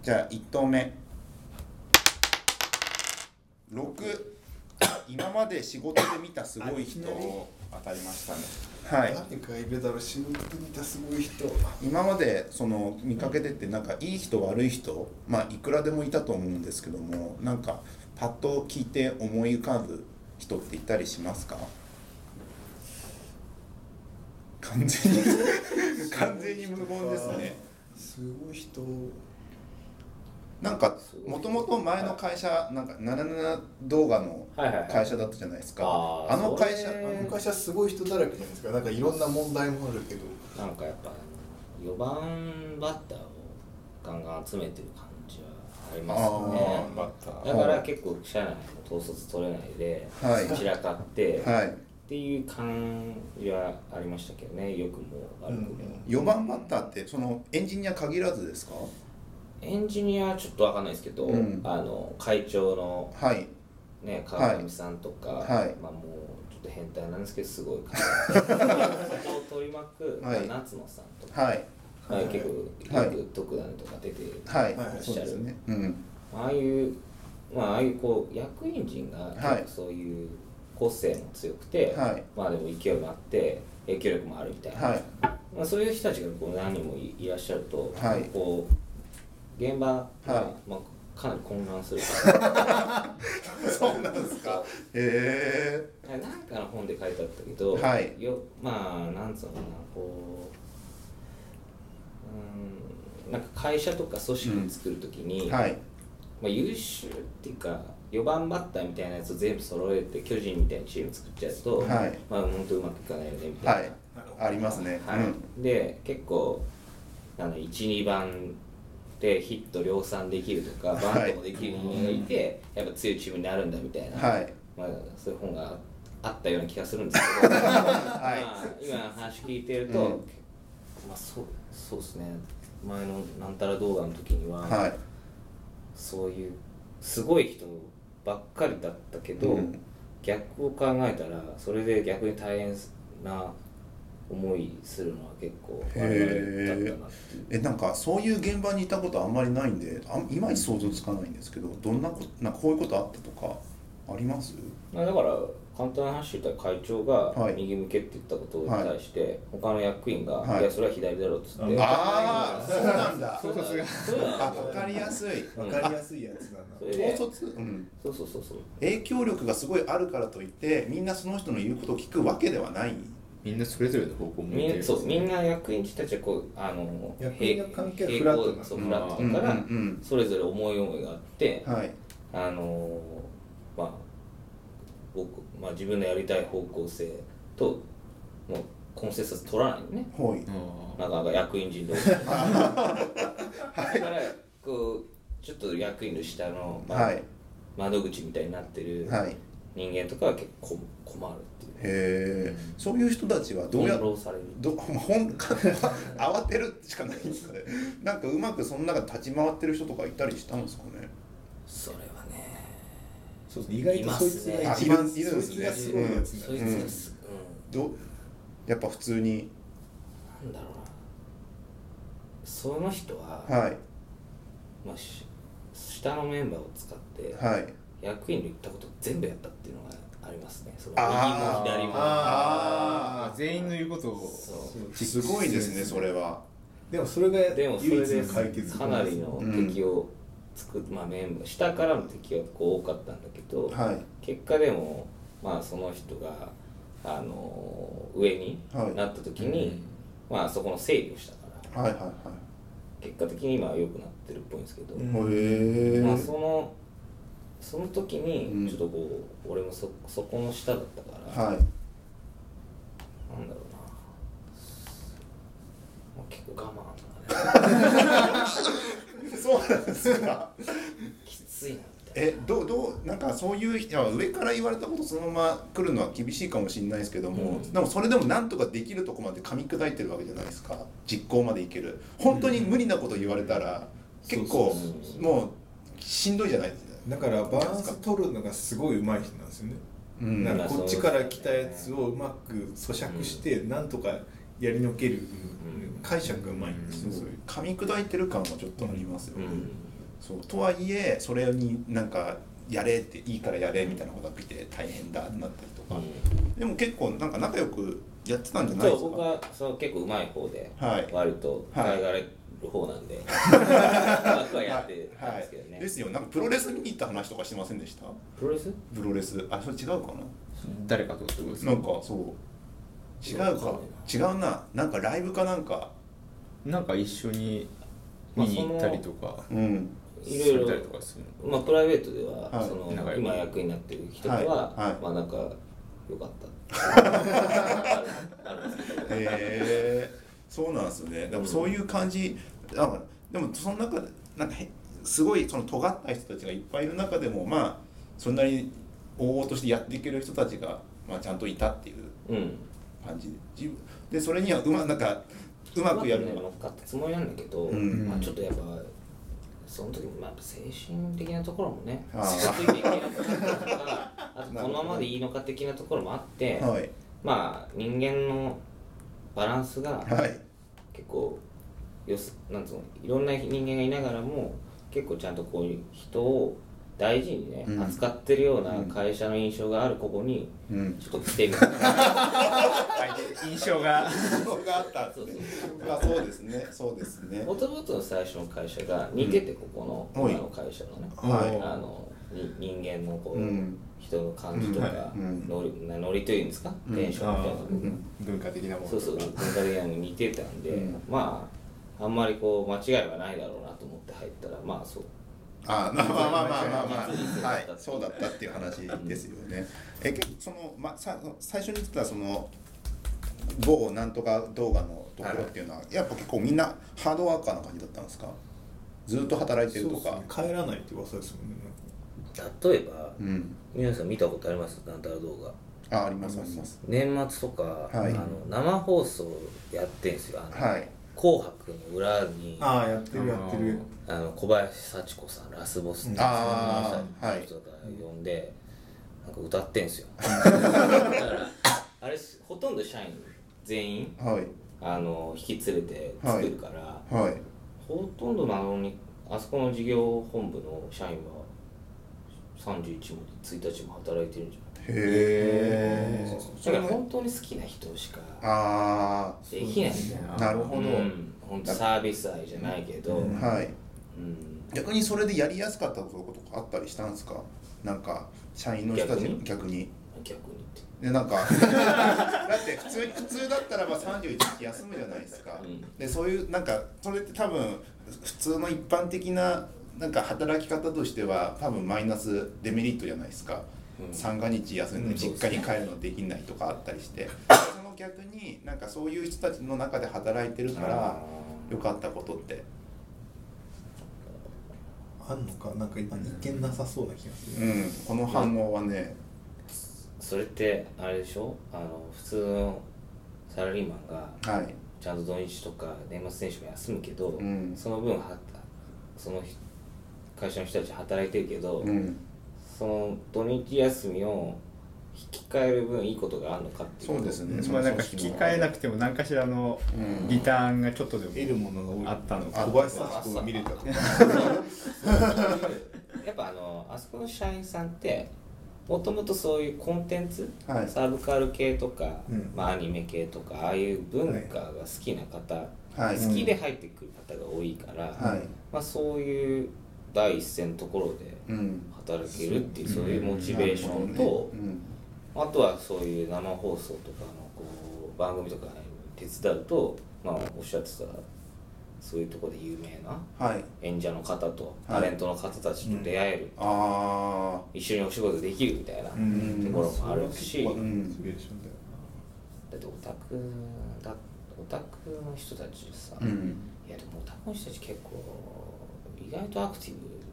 じゃあ1投目6今まで仕事で見たすごい人を当たりましたね。はい。 何かいるだろう、仕事で見たすごい人。 今までその見かけててなんかいい人悪い人、まあいくらでもいたと思うんですけども、なんかパッと聞いて思い浮かぶ人っていたりしますか？完全に無言ですね。 すごい人。 なんかもともと前の会社なんか77動画の会社だったじゃないですか。あの会社すごい人だらけじゃないですか。なんかいろんな問題もあるけど、 なんかやっぱ4番バッターをガンガン集めてる感じはありますよね。だから結構社内の統率取れないで、 はい、 散らかって、 はい、 っていう感じはありましたけどね。良くも悪くも。 4番バッターってそのエンジニア限らずですか？ エンジニアはちょっと分かんないですけど、会長の、 はいね、川上さんとか、 はい、 まあ、もうちょっと変態なんですけどすごいそこを取り巻く、 はい、 夏野さんとか、 はい、 結構よく特ダネとか出てらっしゃる、ああいうこう役員陣が結構そういう個性も強くて、はい、まあでも勢いもあって影響力もあるみたいな、はい、まあ、そういう人たちがこう何人もいらっしゃると、はい、こう現場が、はい、まあ、かなり混乱するそうなんですか。 なんかの本で書いてあったけど、はい、まあなんつうのかな、こうなんか会社とか組織を作るときに、はい、まあ、優秀っていうか4番バッターみたいなやつを全部揃えて巨人みたいなチーム作っちゃうと、はい、まあ本当うまくいかないよねみたいな、はい、 ありますね、 はい、で結構1、2番でヒット量産できるとかバントもできる人間がいて、やっぱ強いチームになるんだみたいな、はい、まあ、そういう本があったような気がするんですけど、はい、まあ、今の話聞いてると、まあ、そうですね、前のなんたら動画の時には、はい、そういうすごい人ばっかりだったけど、逆を考えたらそれで逆に大変な思いするのは結構我々だったなっていう。 なんかそういう現場にいたことあんまりないんでいまいち想像つかないんですけど、どんななんかこういうことあったとかあります？ だから簡単な話言ったら会長が右向けって言ったことに対して、はい、他の役員が、はい、いやそれは左だろうっつって、 ああそうなんだ。 そう分かりやすい、 分かりやすいやつだな。 統率、 そう影響力がすごいあるからといってみんなその人の言うことを聞くわけではない。 みんなそれぞれの方向を向いてる、 そう、みんな役員たちはこう役員の関係はフラットな、 そうフラットだから、それぞれ思い思いがあって、はい、まあまあ、自分のやりたい方向性ともうコンセンサス取らないのね、はい、なかなか役員陣同士だからこうちょっと役員の下の、まあ、はい、窓口みたいになってる人間とかは結構困るっていう。 へえ、そういう人たちはどうやって慌てるしかないんですかね。なんかうまくその中で立ち回ってる人とかいたりしたんですかね。 それはね、 そうですね、意外とそいつが一番いるんですね。すごいやつそいつがす、 やっぱ普通になんだろうな、その人は、はい、まあ、下のメンバーを使って、はい、役員の言ったこと全部やったっていうのがありますね。その右も左も全員の言うことをすごいですね、それは。 でもそれが唯一の解決かなりの敵を作る、まあ、メンバー下からの敵はこう多かったんだけど、はい、結果でも、まあ、その人が上になった時に、まあ、そこの整理をしたから、はいはいはい、結果的に今は良くなってるっぽいんですけど、まあ、その時にちょっとこう、俺もそこの下だったから、はい、なんだろうな、まあ、結構我慢とかねそうなんですかきついなみたいな。 どうなんかそういう上から言われたことそのまま来るのは厳しいかもしれないですけども、でもそれでもなんとかできるとこまで噛み砕いてるわけじゃないですか。実行までいける。本当に無理なこと言われたら、結構もうしんどいじゃないですか。 だからバランス取るのがすごい上手い人なんですよね。なんかこっちから来たやつをうまく咀嚼してなんとかやりのける解釈が上手いんですよ。 噛み砕いてる感はちょっとありますよね。 そうとはいえそれになんかやれっていいからやれみたいなことが来て大変だってなったりとか、でも結構なんか仲良くやってたんじゃないですか。 そう僕はそう結構うまい方で、割と可愛がられる方なんで、僕はやってたんですけどね。 ですよ。なんかプロレス見に行った話とかしてませんでした？ プロレスあ、それ違うかな。 誰かとってことですか？ なんかそう違うか違うな。なんかライブかなんか一緒に見に行ったりとか、 いろいろプライベートでは、その今役になってる人とは、まあなんか良かった。 そうなんですね。でもそういう感じ。でもその中でなんかすごいその尖った人たちがいっぱいいる中でも、まあそんなに大々としてやっていける人たちがまあちゃんといたっていう感じで、それにはなんかうまくやるのが乗っかったつもりなんだけど、まあちょっとやっぱその時もまあ精神的なところもね、ついていけなくなったとか、あとこのままでいいのか的なところもあって、まあ人間のバランスが結構なんつうの、いろんな人間がいながらも結構ちゃんとこういう人を大事にね、扱ってるような会社の印象があるここにちょっと来てみた印象があったんですね。そうですね、そうですね。 もともとの最初の会社が似てて、ここの今の会社のね、人間のこう人の感じとかノリというんですか、テンションみたいな文化的なもの、 そう文化的なものに似てたんで、まああんまりこう間違いはないだろうなと思って入ったら、まあそう。 まあそうだったっていう話ですよね。その最初に言ってたその某なんとか動画のところっていうのはやっぱ結構みんなハードワーカーな感じだったんですか？ずっと働いてるとか。 帰らないって噂ですもんね。 例えば、皆さん見たことあります？なんたら動画。 ありますあります。 年末とか生放送やってんすよ。紅白の裏にやってる小林幸子さん、ラスボスっていう人とか呼んでなんか歌ってんすよ。だからあれほとんど社員全員引き連れて作るから、ほとんどなのにあそこの事業本部の社員は31も1日も働いてるんじゃない？だから本当に好きな人しかできないみたいな。 なるほど。 本当サービス愛じゃないけど、 逆にそれでやりやすかったこととかあったりしたんですか？なんか社員の人たち逆にでなんかだって普通だったらば31日休むじゃないですか。でそういうなんかそれって多分普通の一般的ななんか働き方としては多分マイナスデメリットじゃないですか。三が日休んで実家に帰るのできないとかあったりして、その逆になんかそういう人たちの中で働いてるから良かったことってあんのか？なんか今一見なさそうな気がする。 この反応はね、 それってあれでしょ？普通のサラリーマンがちゃんと土日とか年末年始も休むけど、その分その会社の人たち働いてるけど、その土日休みを引き換える分いいことがあるのかっていう。 そうですね。 なんか引き換えなくても何かしらのリターンがちょっとでも得るものが多いあったのか。 小林幸子が見れたとか。 やっぱあそこの社員さんってもともとそういうコンテンツ、サブカル系とか、アニメ系とかああいう文化が好きな方、好きで入ってくる方が多いから、まあそういう第一線のところで働けるっていう、そういうモチベーションと、あとはそういう生放送とかのこう番組とか手伝うと、まあおっしゃってたそういうところで有名な演者の方とタレントの方たちと出会える、一緒にお仕事できるみたいなところもあるし、だってオタクの人たちさ、いやでもオタクの人たち結構意外とアクティブ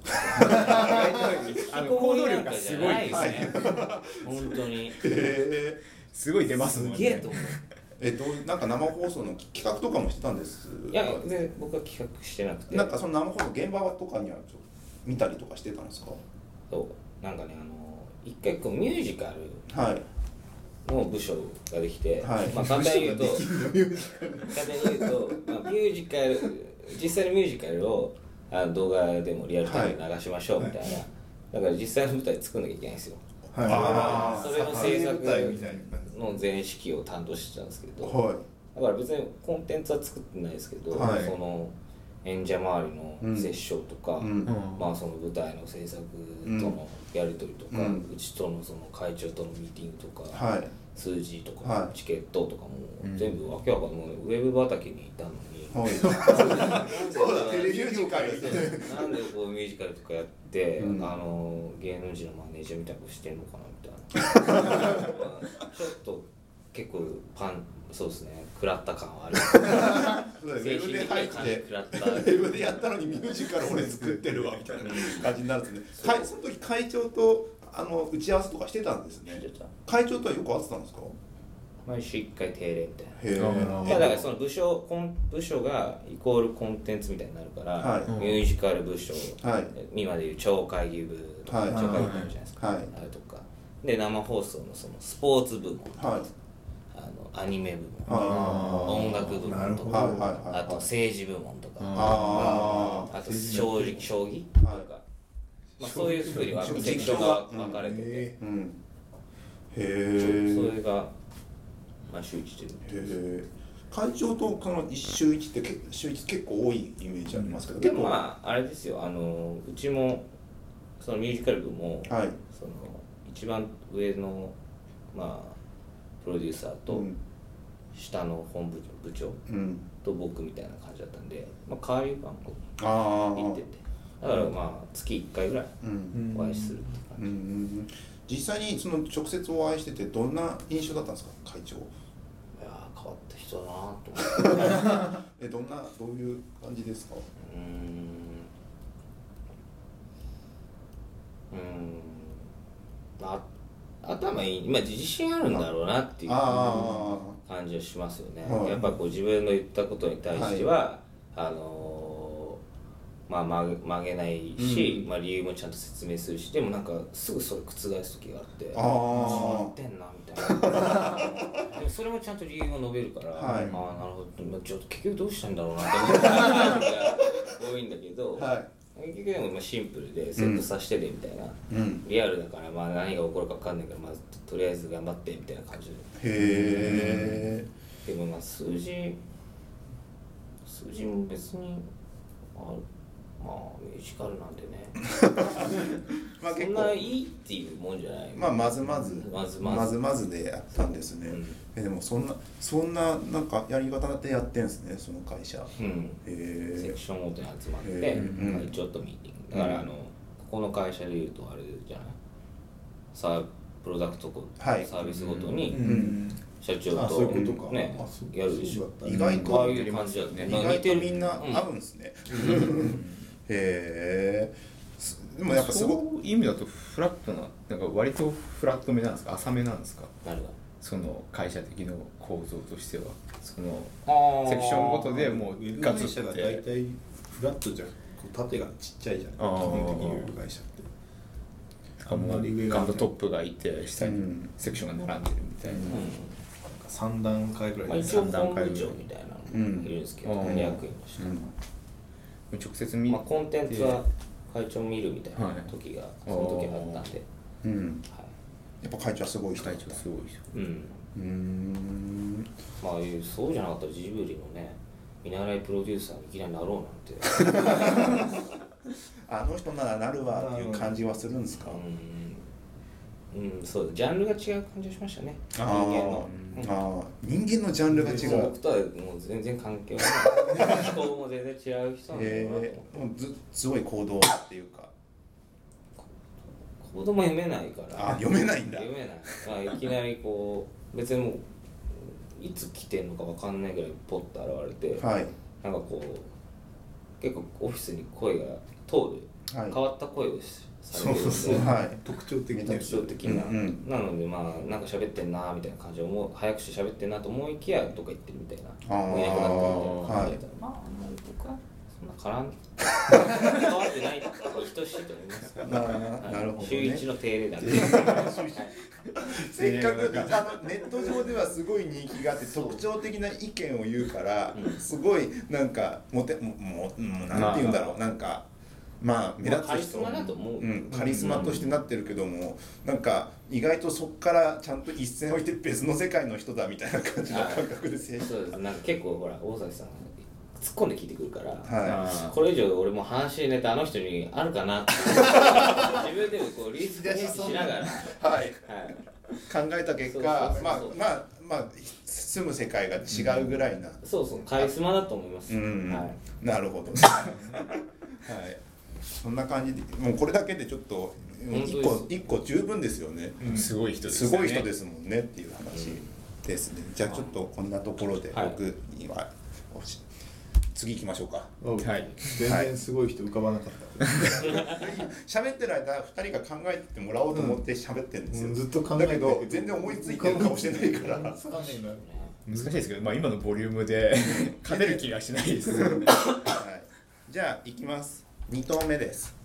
行動力がすごいですね。 本当にすごい出ますもんね。 すげえと思う。 なんか生放送の企画とかもしてたんです。 いや僕は企画してなくて、 なんかその生放送現場とかにはちょっと見たりとかしてたんですか？ そうなんかね一回ミュージカルの部署ができて、まあ簡単に言うと、まあ、実際のミュージカルを動画でもリアルタイムで流しましょうみたいな、だから実際の舞台作んなきゃいけないんですよ。それの制作の全指揮を担当してたんですけど、だから別にコンテンツは作ってないですけど、その演者周りの折衝とか、まあその舞台の制作とのやり取りとか、うちとのその会長とのミーティングとか、数字とか、チケットとかも全部わけわかんない、ウェブ畑にいたのに、なんでこうミュージカルとかやって、芸能人のマネージャーみたいなことしてんのかなみたいなちょっと結構そうですね、食らった感はある。 ウェブで入ってウェブでやったのにミュージカル俺作ってるわみたいな感じになるんですね。その時会長と打ち合わせとかしてたんですね。会長とはよく会ってたんですか？ 毎週1回定例みたいな。だからその部署がイコールコンテンツみたいになるから、ミュージカル部署、今でいう超会議部とか、超会議部あるじゃないですか、あれとかで生放送のそのスポーツ部門、アニメ部門、音楽部門とか、あと政治部門とか、あと将棋とか、そういうふうにはセクションが分かれてて、それが週1してる。 会長とこの週1って週1結構多いイメージありますけど、 でもまああれですよ、うちもそのミュージカル部も、その一番上のまあプロデューサーと下の本部長と僕みたいな感じだったんで、まあ、代わり番号に行ってて、だからまあ月1回ぐらいお会いするって感じ。 実際にその直接お会いしててどんな印象だったんですか、会長？ いや変わった人だなと思ってどういう感じですか？ 頭いい、まあ自信あるんだろうなっていう感じはしますよね。やっぱこう自分の言ったことに対しては、まあ曲げないし、まあ理由もちゃんと説明するし、でもなんかすぐそれ覆す時があって、変わってんなみたいな。でもそれもちゃんと理由を述べるから、なるほど、ちょっと結局どうしたんだろうなって思うことが多いんだけど、結局でもシンプルでセットさせてでみたいな、リアルだからまあ何が起こるか分かんないからまずとりあえず頑張ってみたいな感じで。でもまあ数字も別にまあミュージカルなんでねまあそんないいっていうもんじゃない。 まあまずまずでやったんですね。でもそんななんかやり方でやってんですね、その会社。 セクションごとに集まって、会長とミーティングだからここの会社でいうとあれじゃない、プロダクトサービスごとに社長とねやるでしょ。 意外とああいう感じだね。 意外とみんな合うんですね。でもやっぱそういう意味だとフラットなんか割とフラットめなんですか、浅めなんですか？ 誰が？ その会社的な構造としては、そのセクションごとでもうガツッて大体フラットじゃん、縦がちっちゃいじゃん、基本的にウェブ会社って。 あんまり上がトップがいて下にセクションが並んでるみたいな。 3段階ぐらい。 一応本部長みたいなのいるんですけど、役員の人。 直接見て、 コンテンツは会長見るみたいな時がその時あったんで、 やっぱ会長はすごい人。 会長すごい人。 まあそうじゃなかったらジブリのね見習いプロデューサーにいきなりなろうなんてあの人ならなるわっていう感じはするんですか？ そうジャンルが違う感じがしましたね。人間のジャンルが違う。 僕とはもう全然関係ない思考も全然違う人なんだなと思って、 すごい行動っていうか子供読めないから。 読めないんだ。 読めない。いきなりこう別にもういつ来てんのかわかんないぐらいポッと現れて、なんかこう結構オフィスに声が通る、変わった声をされてるんで、 特徴的な、なのでまあなんか喋ってんなみたいな感じで早くして喋ってんなと思いきやどっか行ってるみたいな、もういなくなってるみたいな感じだったら、まああんまり僕はそんな変わってない人としてと思いますなるほどね。 週一の定例だねせっかくネット上ではすごい人気があって特徴的な意見を言うからすごいなんかなんて言うんだろう、なんか目立つ人、カリスマとしてなってるけども、なんか意外とそこからちゃんと一線を置いて別の世界の人だみたいな感じの感覚でそうです。なんか結構ほら大崎さん突っ込んで聞いてくるから、これ以上俺も話ネタあの人にあるかなって自分でもこうリスクしながら考えた結果、住む世界が違うぐらいな、 そうカリスマだと思います。 なるほどね。はい。そんな感じで、もうこれだけでちょっと一個十分ですよね。 すごい人ですね。 すごい人ですもんねっていう話ですね。じゃあちょっとこんなところで僕には次行きましょうか。 はい。全然すごい人浮かばなかった。 喋ってる間2人が考えてもらおうと思って喋ってるんですよ。 ずっと考えてだけど全然思いついてるかもしれないから。 難しいですけど、今のボリュームで勝てる気がしないです。 はい。じゃあ行きます。2投目です。